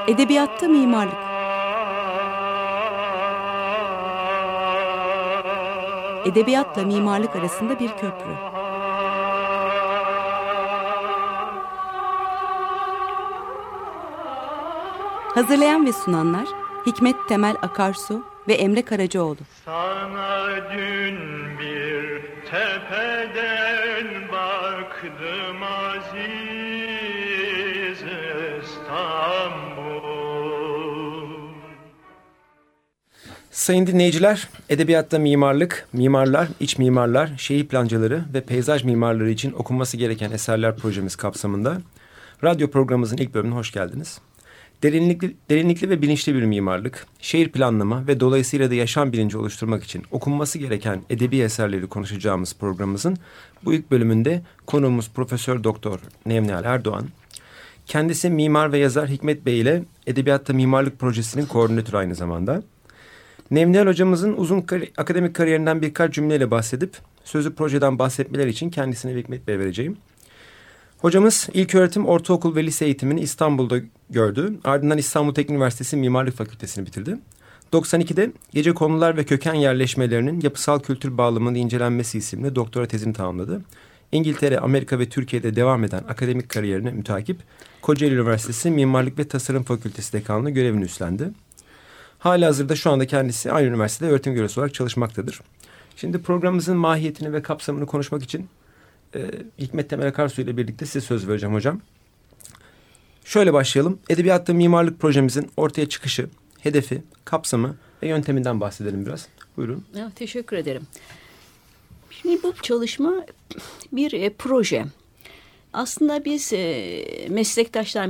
Edebiyatta mimarlık. Edebiyatla mimarlık arasında bir köprü. Hazırlayan ve sunanlar Hikmet Temel Akarsu ve Emre Karacaoğlu. Sana dün bir tepeden baktım aziz İstanbul. Sayın dinleyiciler, edebiyatta mimarlık, mimarlar, iç mimarlar, şehir plancıları ve peyzaj mimarları için okunması gereken eserler projemiz kapsamında radyo programımızın ilk bölümüne hoş geldiniz. Derinlikli ve bilinçli bir mimarlık, şehir planlama ve dolayısıyla da yaşam bilinci oluşturmak için okunması gereken edebi eserleri konuşacağımız programımızın bu ilk bölümünde konuğumuz Profesör Doktor Nevnihal Erdoğan. Kendisi mimar ve yazar Hikmet Bey ile Edebiyatta Mimarlık Projesi'nin koordinatörü aynı zamanda. Nevnihal hocamızın uzun akademik kariyerinden birkaç cümleyle bahsedip sözü projeden bahsetmeleri için kendisine ve Hikmet Bey'e vereceğim. Hocamız ilköğretim, ortaokul ve lise eğitimini İstanbul'da gördü. Ardından İstanbul Teknik Üniversitesi Mimarlık Fakültesini bitirdi. 92'de gecekondular ve köken yerleşmelerinin yapısal kültür bağlamının incelenmesi isimli doktora tezini tamamladı. İngiltere, Amerika ve Türkiye'de devam eden akademik kariyerine mütakip Kocaeli Üniversitesi Mimarlık ve Tasarım Fakültesi dekanlığı görevini üstlendi. Halihazırda şu anda kendisi aynı üniversitede öğretim görevlisi olarak çalışmaktadır. Şimdi programımızın mahiyetini ve kapsamını konuşmak için Hikmet Temel Akarsu ile birlikte size söz vereceğim hocam. Şöyle başlayalım. Edebiyatta mimarlık projemizin ortaya çıkışı, hedefi, kapsamı ve yönteminden bahsedelim biraz. Buyurun. Evet, teşekkür ederim. Şimdi bu çalışma bir proje. Aslında biz meslektaşlar,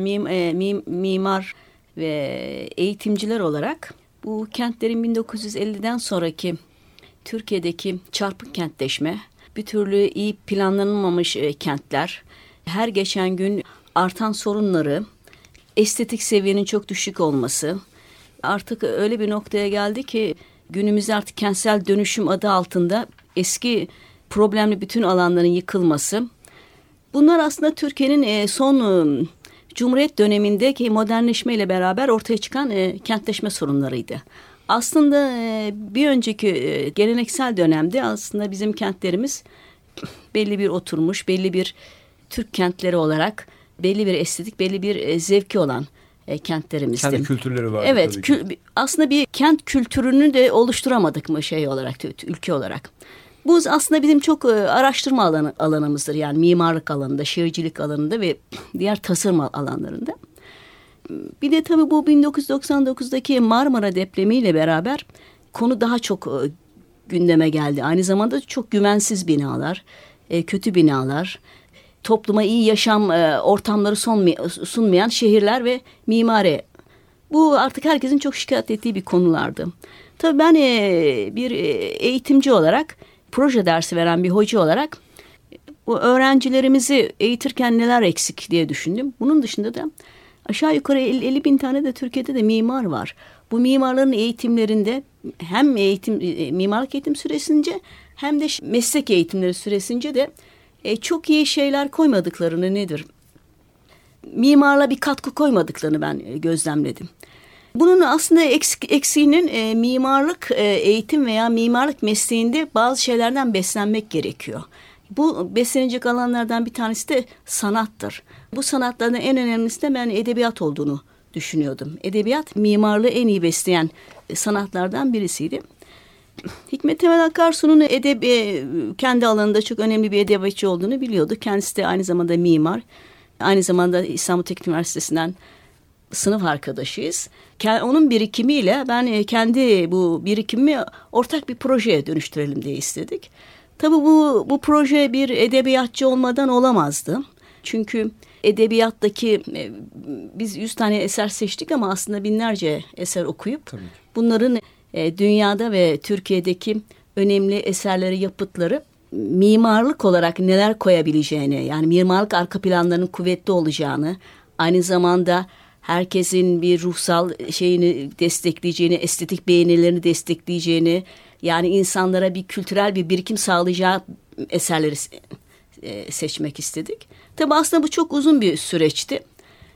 mimar ve eğitimciler olarak bu kentlerin 1950'den sonraki Türkiye'deki çarpık kentleşme, bir türlü iyi planlanılmamış kentler, her geçen gün artan sorunları, estetik seviyenin çok düşük olması, artık öyle bir noktaya geldi ki günümüzde artık kentsel dönüşüm adı altında eski problemli bütün alanların yıkılması. Bunlar aslında Türkiye'nin son Cumhuriyet dönemindeki modernleşmeyle beraber ortaya çıkan kentleşme sorunlarıydı. Aslında bir önceki geleneksel dönemde aslında bizim kentlerimiz belli bir oturmuş, belli bir Türk kentleri olarak belli bir estetik, belli bir zevki olan kentlerimizdi. Kendi kültürleri vardı. Evet, aslında bir kent kültürünü de oluşturamadık mı şey olarak, ülke olarak. Bu aslında bizim çok araştırma alanımızdır. Yani mimarlık alanında, şehircilik alanında ve diğer tasarım alanlarında. Bir de tabii bu 1999'daki Marmara depremiyle beraber konu daha çok gündeme geldi. Aynı zamanda çok güvensiz binalar, kötü binalar, topluma iyi yaşam ortamları sunmayan şehirler ve mimari. Bu artık herkesin çok şikayet ettiği bir konulardı. Tabii ben bir eğitimci olarak, proje dersi veren bir hoca olarak bu öğrencilerimizi eğitirken neler eksik diye düşündüm. Bunun dışında da aşağı yukarı 50 bin tane de Türkiye'de de mimar var. Bu mimarların eğitimlerinde hem mimarlık eğitim süresince hem de meslek eğitimleri süresince de çok iyi şeyler koymadıklarını mimarla bir katkı koymadıklarını ben gözlemledim. Bunun aslında eksiğinin mimarlık eğitim veya mimarlık mesleğinde bazı şeylerden beslenmek gerekiyor. Bu beslenecek alanlardan bir tanesi de sanattır. Bu sanatlardan en önemlisi de ben edebiyat olduğunu düşünüyordum. Edebiyat mimarlığı en iyi besleyen sanatlardan birisiydi. Hikmet Temel Akarsu'nun kendi alanında çok önemli bir edebiyatçı olduğunu biliyordu. Kendisi de aynı zamanda mimar. Aynı zamanda İstanbul Teknik Üniversitesi'nden sınıf arkadaşıyız. Onun birikimiyle ben kendi bu birikimimi ortak bir projeye dönüştürelim diye istedik. Tabii bu proje bir edebiyatçı olmadan olamazdı. Çünkü edebiyattaki biz 100 tane eser seçtik ama aslında binlerce eser okuyup bunların dünyada ve Türkiye'deki önemli eserleri, yapıtları mimarlık olarak neler koyabileceğini, yani mimarlık arka planlarının kuvvetli olacağını, aynı zamanda herkesin bir ruhsal şeyini destekleyeceğini, estetik beğenilerini destekleyeceğini, yani insanlara bir kültürel bir birikim sağlayacağı eserleri seçmek istedik. Tabii aslında bu çok uzun bir süreçti.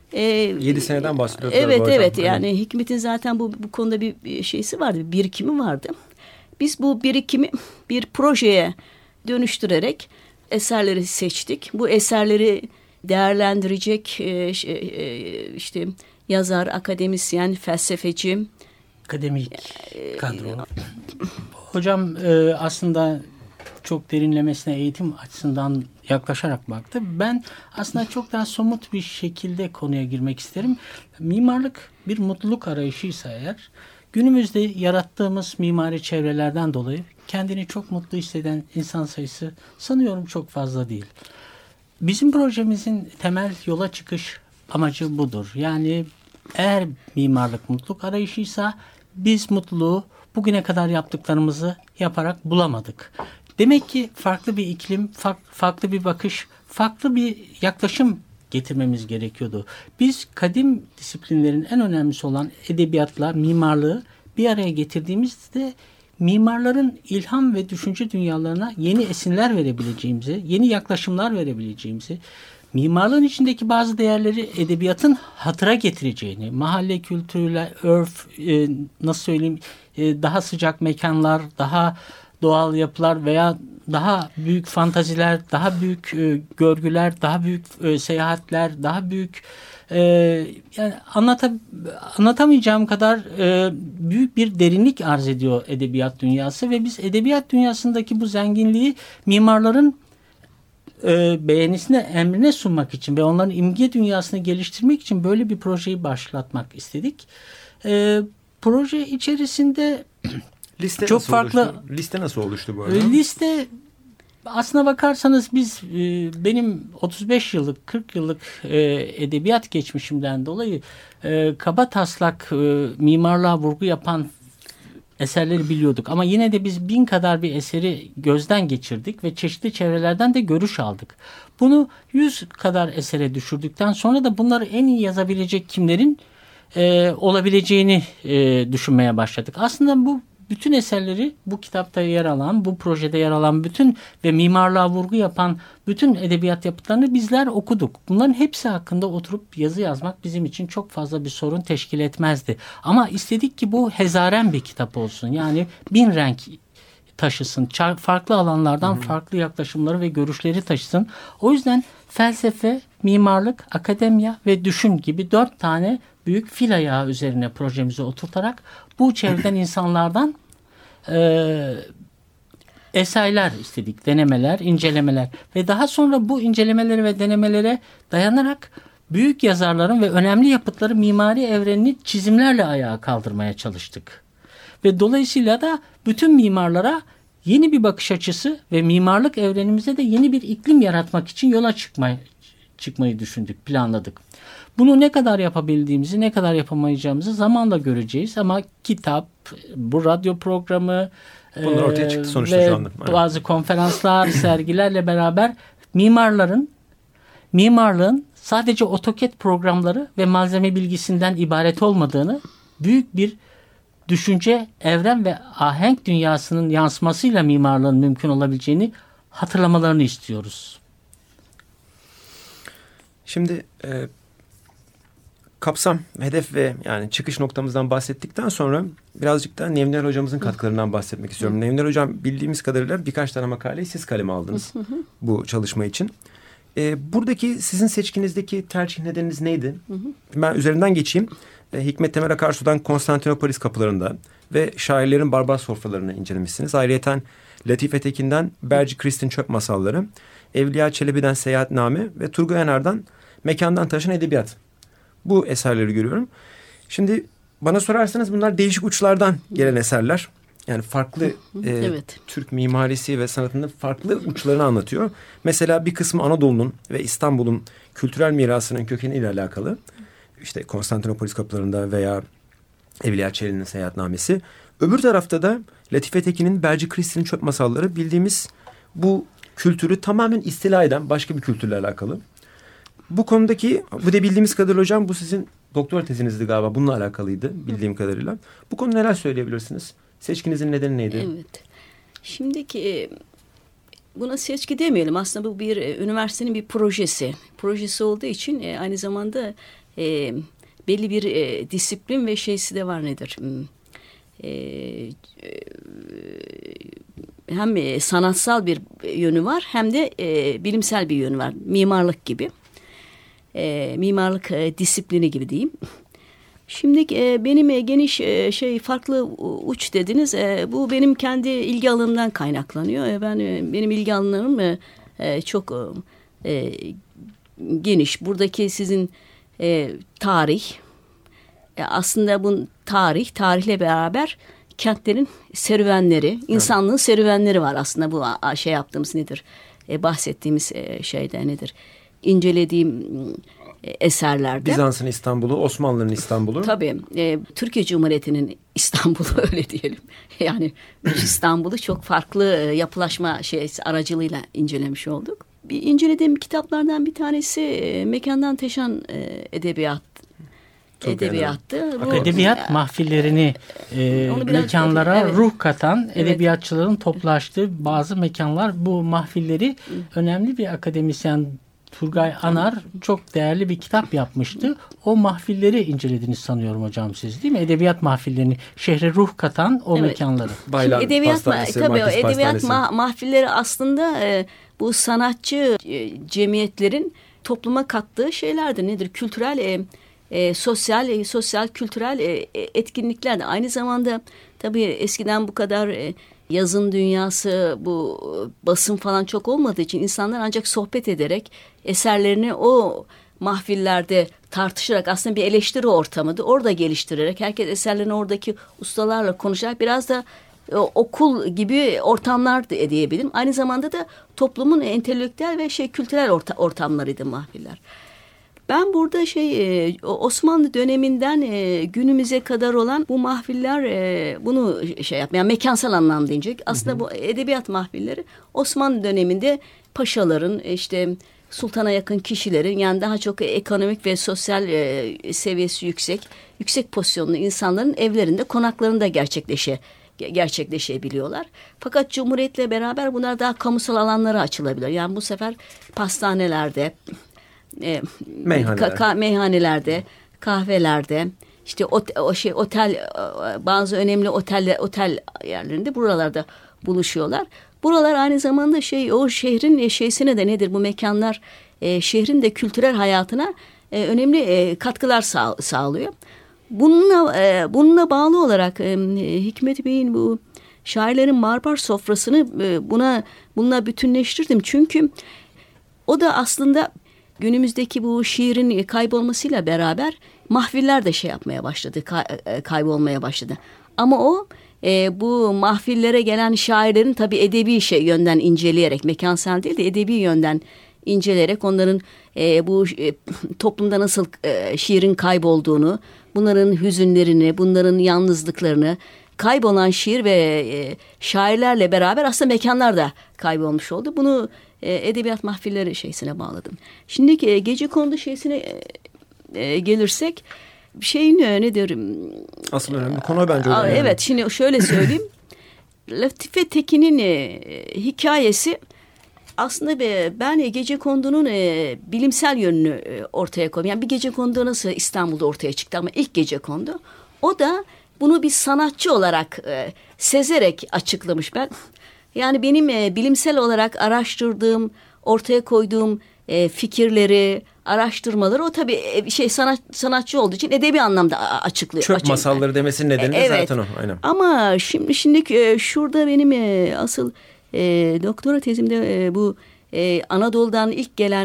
7 seneden bahsediyoruz. Evet yani Hikmet'in zaten bu konuda bir şeysi vardı, bir birikimi vardı. Biz bu birikimi bir projeye dönüştürerek eserleri seçtik. Bu eserleri değerlendirecek işte yazar, akademisyen, felsefeci, akademik kadro. Hocam aslında çok derinlemesine eğitim açısından yaklaşarak baktı. Ben aslında çok daha somut bir şekilde konuya girmek isterim. Mimarlık bir mutluluk arayışıysa eğer, günümüzde yarattığımız mimari çevrelerden dolayı kendini çok mutlu hisseden insan sayısı sanıyorum çok fazla değil. Bizim projemizin temel yola çıkış amacı budur. Yani eğer mimarlık mutluluk arayışıysa biz mutluluğu bugüne kadar yaptıklarımızı yaparak bulamadık. Demek ki farklı bir iklim, farklı bir bakış, farklı bir yaklaşım getirmemiz gerekiyordu. Biz kadim disiplinlerin en önemlisi olan edebiyatla mimarlığı bir araya getirdiğimizde mimarların ilham ve düşünce dünyalarına yeni esinler verebileceğimizi, yeni yaklaşımlar verebileceğimizi, mimarlığın içindeki bazı değerleri edebiyatın hatıra getireceğini, mahalle kültürüyle, örf, nasıl söyleyeyim, daha sıcak mekanlar, daha doğal yapılar veya daha büyük fantaziler, daha büyük görgüler, daha büyük seyahatler, daha büyük yani anlatamayacağım kadar büyük bir derinlik arz ediyor edebiyat dünyası ve biz edebiyat dünyasındaki bu zenginliği mimarların beğenisine, emrine sunmak için ve onların imge dünyasını geliştirmek için böyle bir projeyi başlatmak istedik. Proje içerisinde liste çok farklı oluştu? Liste nasıl oluştu bu arada? Liste aslına bakarsanız biz benim 35 yıllık 40 yıllık edebiyat geçmişimden dolayı kaba taslak mimarlığa vurgu yapan eserleri biliyorduk. Ama yine de biz 1000 kadar bir eseri gözden geçirdik ve çeşitli çevrelerden de görüş aldık. Bunu 100 kadar esere düşürdükten sonra da bunları en iyi yazabilecek kimlerin olabileceğini düşünmeye başladık. Aslında bu bütün eserleri bu kitapta yer alan, bu projede yer alan bütün ve mimarlığa vurgu yapan bütün edebiyat yapıtlarını bizler okuduk. Bunların hepsi hakkında oturup yazı yazmak bizim için çok fazla bir sorun teşkil etmezdi. Ama istedik ki bu hezaren bir kitap olsun. Yani 1000 renk taşısın. Farklı alanlardan farklı yaklaşımları ve görüşleri taşısın. O yüzden felsefe, mimarlık, akademya ve düşün gibi 4 tane büyük fil ayağı üzerine projemizi oturtarak bu çevreden insanlardan eserler istedik, denemeler, incelemeler ve daha sonra bu incelemelere ve denemelere dayanarak büyük yazarların ve önemli yapıtları mimari evrenini çizimlerle ayağa kaldırmaya çalıştık. Ve dolayısıyla da bütün mimarlara yeni bir bakış açısı ve mimarlık evrenimize de yeni bir iklim yaratmak için yola çıkmayı düşündük, planladık. Bunu ne kadar yapabildiğimizi, ne kadar yapamayacağımızı zamanla göreceğiz. Ama kitap, bu radyo programı bunlar ortaya çıktı sonuçta ve şu anda. Bazı konferanslar, sergilerle beraber mimarlığın sadece AutoCAD programları ve malzeme bilgisinden ibaret olmadığını, büyük bir düşünce, evren ve ahenk dünyasının yansımasıyla mimarlığın mümkün olabileceğini hatırlamalarını istiyoruz. Şimdi kapsam, hedef ve yani çıkış noktamızdan bahsettikten sonra birazcık da Nevner hocamızın katkılarından bahsetmek istiyorum. Nevner hocam bildiğimiz kadarıyla birkaç tane makaleyi siz kaleme aldınız bu çalışma için. Buradaki sizin seçkinizdeki tercih nedeniniz neydi? Ben üzerinden geçeyim. Hikmet Temel Akarsu'dan Konstantinopolis kapılarında ve şairlerin barbar sofralarını incelemişsiniz. Ayrıyeten Latife Tekin'den Berci Kristin Çöp Masalları, Evliya Çelebi'den Seyahatname ve Turgay Yanar'dan Mekandan Taşın Edebiyat. Bu eserleri görüyorum. Şimdi bana sorarsanız bunlar değişik uçlardan gelen eserler. Yani farklı evet. Türk mimarisi ve sanatının farklı uçlarını anlatıyor. Mesela bir kısmı Anadolu'nun ve İstanbul'un kültürel mirasının kökeniyle alakalı. İşte Konstantinopolis kapılarında veya Evliya Çelebi'nin Seyahatnamesi. Öbür tarafta da Latife Tekin'in Berci Kristin'in Çöp Masalları, bildiğimiz bu kültürü tamamen istila eden başka bir kültürle alakalı. Bu konudaki, bu da bildiğimiz kadarıyla hocam, bu sizin doktora tezinizdi galiba, bununla alakalıydı bildiğim kadarıyla. Bu konuda neler söyleyebilirsiniz? Seçkinizin nedeni neydi? Evet. Şimdiki buna seçki demeyelim. Aslında bu bir üniversitenin bir projesi. Projesi olduğu için aynı zamanda belli bir disiplin ve şeysi de var nedir? Hem sanatsal bir yönü var hem de bilimsel bir yönü var. Mimarlık gibi. Mimarlık disiplini gibi diyeyim. Şimdi benim geniş farklı uç dediniz. Bu benim kendi ilgi alanımdan kaynaklanıyor. Benim ilgi alanlarım çok geniş. Buradaki sizin tarih, aslında bu tarihle beraber kentlerin serüvenleri, insanlığın serüvenleri var aslında bu yaptığımız nedir? Bahsettiğimiz şeyde nedir? İncelediğim eserlerde. Bizans'ın İstanbul'u, Osmanlı'nın İstanbul'u. Tabii. Türkiye Cumhuriyeti'nin İstanbul'u öyle diyelim. Yani İstanbul'u çok farklı yapılaşma aracılığıyla incelemiş olduk. İncelediğim kitaplardan bir tanesi Mekandan Teşan Edebiyat. Edebiyattı. Edebiyat mahfillerini mekanlara ruh katan edebiyatçıların toplaştığı bazı mekanlar. Bu mahfilleri önemli bir akademisyen Turgay Anar çok değerli bir kitap yapmıştı. O mahfilleri incelediniz sanıyorum hocam siz, değil mi? Edebiyat mahfillerini, şehre ruh katan o mekanları. Baylan Pastanesi, edebiyat mahfilleri aslında bu sanatçı cemiyetlerin topluma kattığı şeylerdir. Nedir? Kültürel, sosyal, kültürel etkinlikler de. Aynı zamanda tabii eskiden bu kadar yazın dünyası, bu basın falan çok olmadığı için insanlar ancak sohbet ederek eserlerini o mahfillerde tartışarak, aslında bir eleştiri ortamıydı. Orada geliştirerek herkes eserlerini oradaki ustalarla konuşarak biraz da okul gibi ortamlar diyebilirim. Aynı zamanda da toplumun entelektüel ve kültürel ortamlarıydı mahfiller. Ben burada Osmanlı döneminden günümüze kadar olan bu mahfiller bunu yani mekansal anlamda inecek. Aslında bu edebiyat mahfilleri Osmanlı döneminde paşaların, sultana yakın kişilerin, yani daha çok ekonomik ve sosyal seviyesi yüksek pozisyonlu insanların evlerinde, konaklarında gerçekleşebiliyorlar. Fakat Cumhuriyet'le beraber bunlar daha kamusal alanlara açılabilir. Yani bu sefer pastanelerde, meyhanelerde, kahvelerde, otel, bazı önemli otel yerlerinde, buralarda buluşuyorlar. Buralar aynı zamanda o şehrin şeysine de nedir? Bu mekanlar şehrin de kültürel hayatına önemli katkılar sağlıyor. Bununla bağlı olarak Hikmet Bey'in bu şairlerin Marbar sofrasını bununla bütünleştirdim. Çünkü o da aslında günümüzdeki bu şiirin kaybolmasıyla beraber mahfiller de yapmaya başladı, kaybolmaya başladı. Ama o bu mahfillere gelen şairlerin tabii edebi yönden inceleyerek, mekansal değil de edebi yönden inceleyerek onların bu toplumda nasıl şiirin kaybolduğunu, bunların hüzünlerini, bunların yalnızlıklarını, kaybolan şiir ve şairlerle beraber aslında mekanlar da kaybolmuş oldu. Bunu edebiyat mahfilleri bağladım. Şimdi Gecekondu gelirsek nedir? Asıl önemli konu bence öyle. Evet, şimdi şöyle söyleyeyim. Latife Tekin'in hikayesi aslında ben Gecekondu'nun bilimsel yönünü ortaya koydum. Yani bir Gecekondu nasıl İstanbul'da ortaya çıktı, ama ilk Gecekondu. O da bunu bir sanatçı olarak sezerek açıklamış ben. Yani benim bilimsel olarak araştırdığım, ortaya koyduğum fikirleri, araştırmaları o tabii sanatçı olduğu için edebi anlamda açıklıyor. Çöp masalları demesinin nedeni de zaten o. Aynen. Ama şimdi şurada benim asıl doktora tezimde bu Anadolu'dan ilk gelen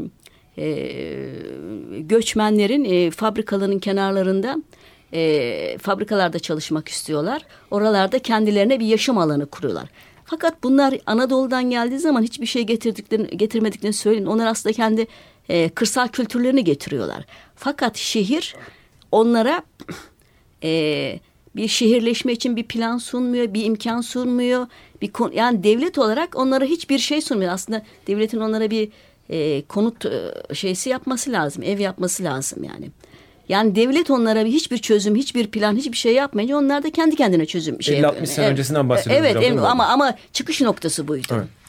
göçmenlerin fabrikaların kenarlarında, fabrikalarda çalışmak istiyorlar. Oralarda kendilerine bir yaşam alanı kuruyorlar. Fakat bunlar Anadolu'dan geldiği zaman hiçbir şey getirmediklerini söyleyin. Onlar aslında kendi kırsal kültürlerini getiriyorlar. Fakat şehir onlara bir şehirleşme için bir plan sunmuyor, bir imkan sunmuyor. Yani devlet olarak onlara hiçbir şey sunmuyor. Aslında devletin onlara bir konut yapması lazım, ev yapması lazım yani. Yani devlet onlara hiçbir çözüm, hiçbir plan, hiçbir şey yapmayınca onlar da kendi kendine çözüm 50-60 sene öncesinden bahsediyoruz. Evet, ama çıkış noktası buydu.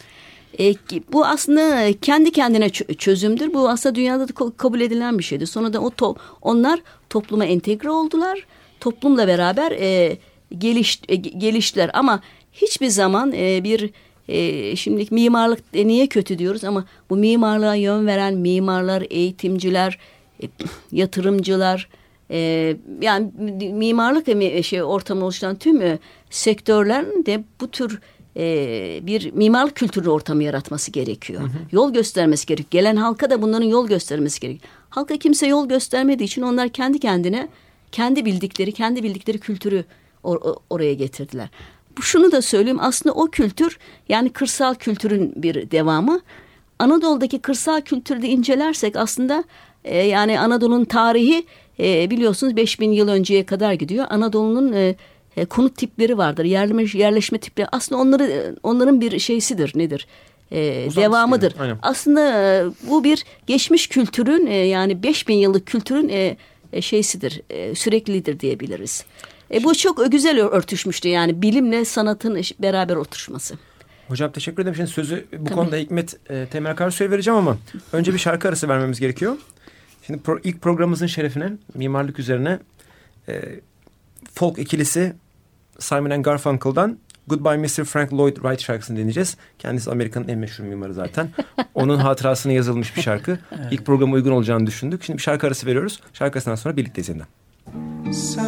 Bu aslında kendi kendine çözümdür. Bu aslında dünyada da kabul edilen bir şeydir. Sonra da onlar topluma entegre oldular. Toplumla beraber geliştiler. Ama hiçbir zaman şimdilik mimarlık niye kötü diyoruz ama bu mimarlığa yön veren mimarlar, eğitimciler, yatırımcılar, yani mimarlık ortamı oluşturan tüm sektörlerin de bu tür bir mimarlık kültürü ortamı yaratması gerekiyor. Hı hı. Yol göstermesi gerekiyor. Gelen halka da bunların yol göstermesi gerekiyor. Halka kimse yol göstermediği için onlar kendi kendine kendi bildikleri kültürü oraya getirdiler. Şunu da söyleyeyim, aslında o kültür yani kırsal kültürün bir devamı. Anadolu'daki kırsal kültürü de incelersek aslında yani Anadolu'nun tarihi biliyorsunuz 5000 yıl önceye kadar gidiyor. Anadolu'nun konut tipleri vardır, yerleşme tipleri. Aslında onların bir şeysidir, nedir? Devamıdır. Yani, aslında bu bir geçmiş kültürün yani 5000 yıllık kültürün şeysidir, süreklidir diyebiliriz. Bu çok güzel örtüşmüştü yani bilimle sanatın beraber oturuşması. Hocam teşekkür ederim. Şimdi sözü bu konuda Hikmet Temel Akarsu'ya vereceğim ama önce bir şarkı arası vermemiz gerekiyor. Şimdi ilk programımızın şerefine mimarlık üzerine folk ikilisi Simon & Garfunkel'dan Goodbye Mr. Frank Lloyd Wright şarkısını dinleyeceğiz. Kendisi Amerika'nın en meşhur mimarı zaten. Onun hatırasına yazılmış bir şarkı. Evet. İlk programa uygun olacağını düşündük. Şimdi bir şarkı arası veriyoruz. Şarkı arasından sonra birlikteyiz yeniden. So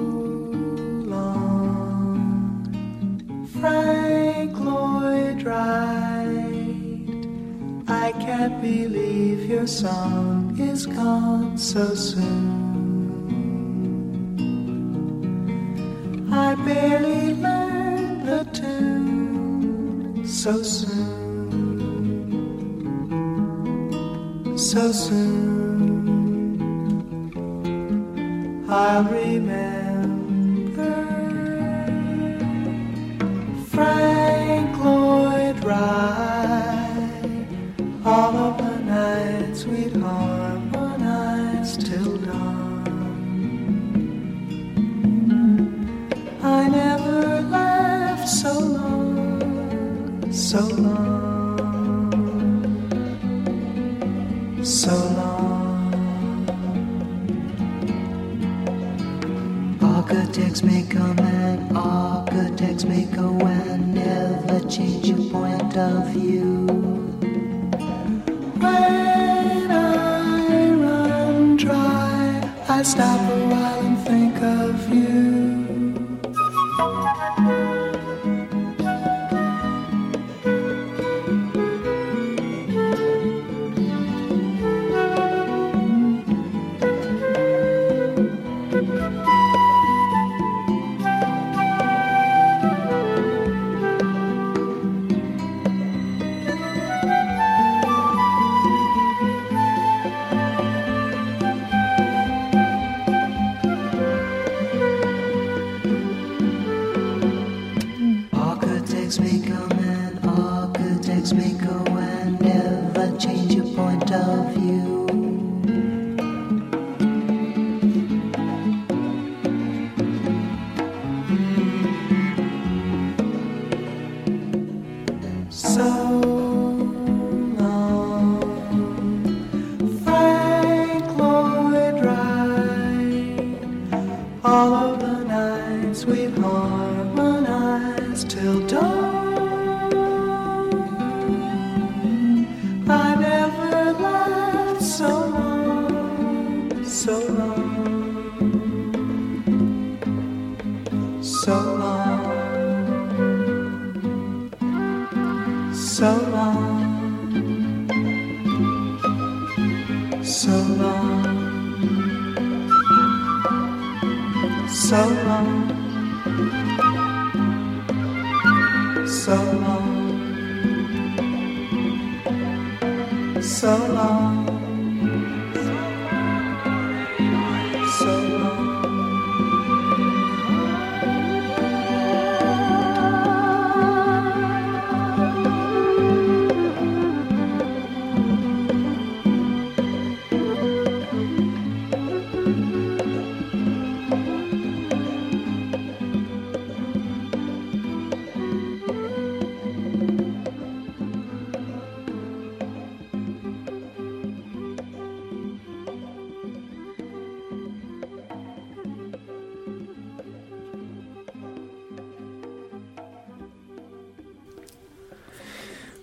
long, Frank Lloyd Wright, I can't believe your song is gone so soon. I barely learned the tune so soon, so soon. I'll remember Frank Lloyd Wright, all of the nights we'd harmonize till dawn. I never laughed so long, so long, so long. Architects may come and architects may go and never change your point of view. When I run dry, I stop a while and think of you.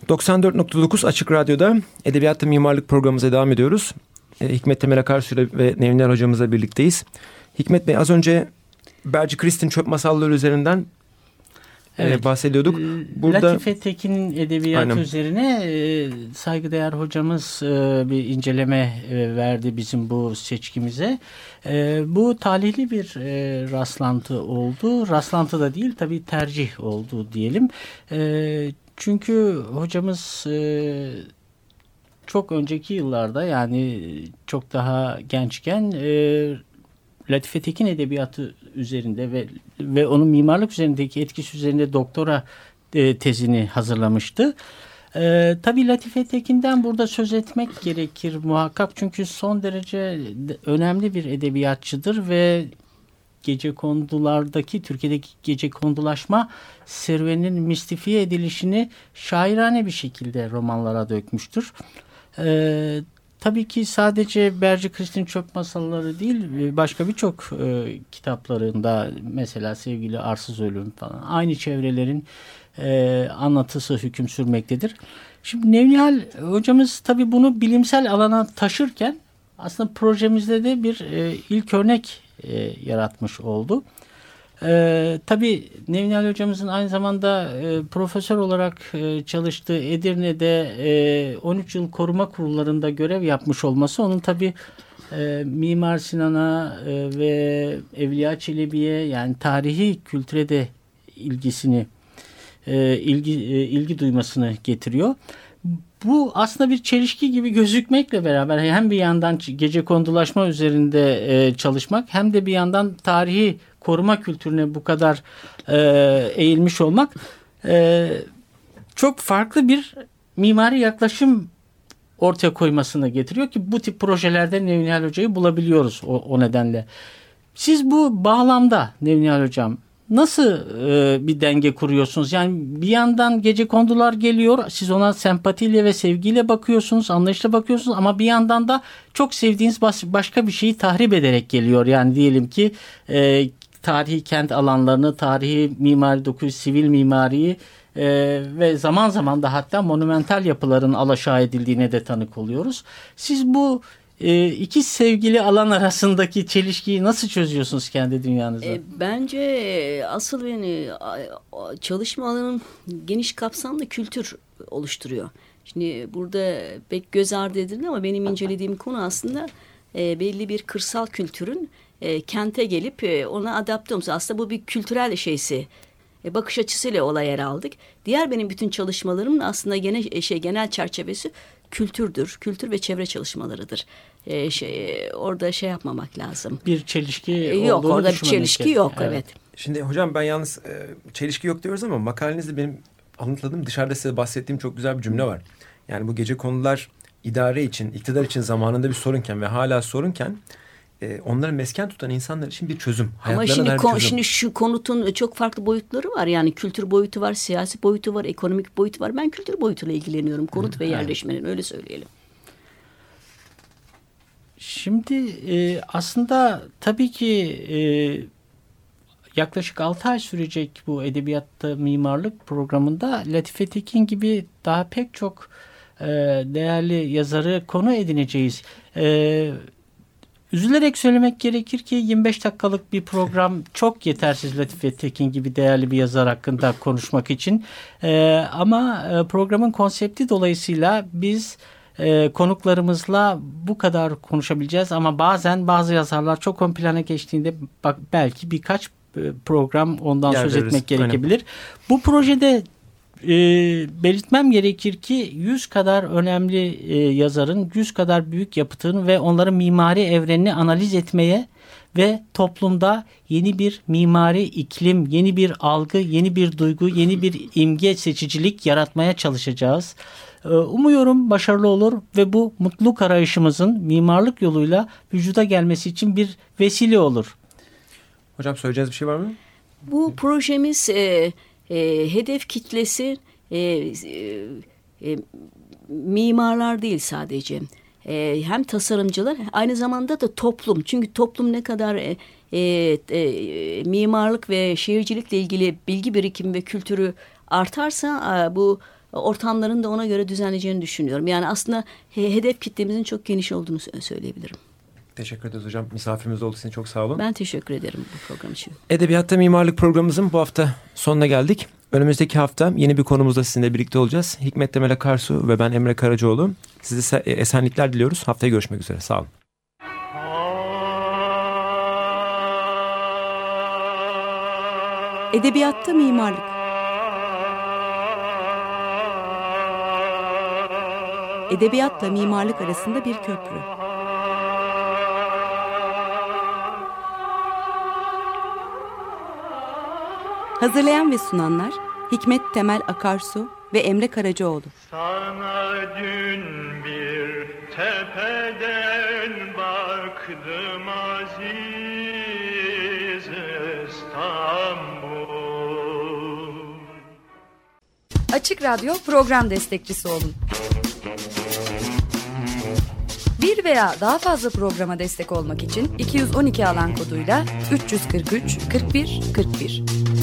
94.9 Açık Radyo'da Edebiyatta Mimarlık programımıza devam ediyoruz. Hikmet Temel Akarsu ve Nevin Er hocamızla birlikteyiz. Hikmet Bey, az önce Berci Kristin çöp masalları üzerinden bahsediyorduk. Burada Latife Tekin'in edebiyatı aynen. Üzerine saygıdeğer hocamız bir inceleme verdi bizim bu seçkimize. Bu talihli bir rastlantı oldu. Rastlantı da değil, tabii tercih oldu diyelim. Çünkü hocamız çok önceki yıllarda, yani çok daha gençken Latife Tekin edebiyatı üzerinde ve onun mimarlık üzerindeki etkisi üzerinde doktora tezini hazırlamıştı. Tabii Latife Tekin'den burada söz etmek gerekir muhakkak, çünkü son derece önemli bir edebiyatçıdır ve gecekondulardaki, Türkiye'deki gecekondulaşma serüveninin mistifiye edilişini şairane bir şekilde romanlara dökmüştür. Tabii ki sadece Berci Kristin çöp masalları değil, başka birçok kitaplarında, mesela Sevgili Arsız Ölüm falan, aynı çevrelerin anlatısı hüküm sürmektedir. Şimdi Nevnihal hocamız tabii bunu bilimsel alana taşırken aslında projemizde de bir ilk örnek yaratmış oldu. Tabii Nevnihal hocamızın aynı zamanda profesör olarak çalıştığı Edirne'de 13 yıl koruma kurullarında görev yapmış olması onun tabii Mimar Sinan'a ve Evliya Çelebi'ye, yani tarihi kültüre de ilgi duymasını getiriyor. Bu aslında bir çelişki gibi gözükmekle beraber hem bir yandan gecekondulaşma üzerinde çalışmak, hem de bir yandan tarihi koruma kültürüne bu kadar eğilmiş olmak çok farklı bir mimari yaklaşım ortaya koymasını getiriyor ki bu tip projelerde Nevnihal Hoca'yı bulabiliyoruz o nedenle. Siz bu bağlamda Nevnihal Hocam nasıl bir denge kuruyorsunuz? Yani bir yandan gecekondular geliyor, siz ona sempatiyle ve sevgiyle bakıyorsunuz, anlayışla bakıyorsunuz, ama bir yandan da çok sevdiğiniz başka bir şeyi tahrip ederek geliyor. Yani diyelim ki tarihi kent alanlarını, tarihi mimari dokuyu, sivil mimariyi ve zaman zaman da hatta monumental yapıların alaşağı edildiğine de tanık oluyoruz. Siz bu iki sevgili alan arasındaki çelişkiyi nasıl çözüyorsunuz kendi dünyanızda? Bence asıl beni çalışma alanının geniş kapsamlı kültür oluşturuyor. Şimdi burada pek göz ardı edilir ama benim incelediğim konu aslında belli bir kırsal kültürün kente gelip ona adapte olması. Aslında bu bir kültürel şeysi. Bakış açısıyla olay yer aldık. Diğer benim bütün çalışmalarımın aslında genel çerçevesi kültürdür. Kültür ve çevre çalışmalarıdır. Orada yapmamak lazım. Bir çelişki yok. Orada bir çelişki yok. Evet. Şimdi hocam, ben yalnız çelişki yok diyoruz ama makalenizde benim alıntıladığım, dışarıda size bahsettiğim çok güzel bir cümle var. Yani bu gecekonular idare için, iktidar için zamanında bir sorunken ve hala sorunken onları mesken tutan insanlar için bir çözüm. Ama şimdi şu konutun çok farklı boyutları var. Yani kültür boyutu var, siyasi boyutu var, ekonomik boyutu var. Ben kültür boyutuyla ilgileniyorum. Konut ve yerleşmenin, öyle söyleyelim. Şimdi aslında tabii ki yaklaşık 6 ay sürecek bu Edebiyatta Mimarlık programında Latife Tekin gibi daha pek çok değerli yazarı konu edineceğiz. Üzülerek söylemek gerekir ki 25 dakikalık bir program çok yetersiz Latife Tekin gibi değerli bir yazar hakkında konuşmak için. Ama programın konsepti dolayısıyla biz konuklarımızla bu kadar konuşabileceğiz. Ama bazen bazı yazarlar çok ön plana geçtiğinde belki birkaç program ondan söz etmek gerekebilir. Aynen. Bu projede belirtmem gerekir ki 100 kadar önemli yazarın, 100 kadar büyük yapıtın ve onların mimari evrenini analiz etmeye ve toplumda yeni bir mimari iklim, yeni bir algı, yeni bir duygu, yeni bir imge, seçicilik yaratmaya çalışacağız. Umuyorum başarılı olur ve bu mutluluk arayışımızın mimarlık yoluyla vücuda gelmesi için bir vesile olur. Hocam, söyleyeceğiniz bir şey var mı? Bu projemiz hedef kitlesi mimarlar değil sadece. Hem tasarımcılar, aynı zamanda da toplum. Çünkü toplum ne kadar mimarlık ve şehircilikle ilgili bilgi birikimi ve kültürü artarsa bu ortamlarını da ona göre düzenleyeceğini düşünüyorum. Yani aslında hedef kitlemizin çok geniş olduğunu söyleyebilirim. Teşekkür ederiz hocam. Misafirimiz olduğu için çok sağ olun. Ben teşekkür ederim bu program için. Edebiyatta Mimarlık programımızın bu hafta sonuna geldik. Önümüzdeki hafta yeni bir konumuzda sizinle birlikte olacağız. Hikmet Temel Akarsu ve ben Emre Karacaoğlu. Size esenlikler diliyoruz. Haftaya görüşmek üzere. Sağ olun. Edebiyatta mimarlık. Edebiyatla mimarlık arasında bir köprü. Hazırlayan ve sunanlar Hikmet Temel Akarsu ve Emre Karacaoğlu. Sana dün bir tepeden baktım aziz İstanbul. Açık Radyo program destekçisi olun. Bir veya daha fazla programa destek olmak için 212 alan koduyla 343 41 41.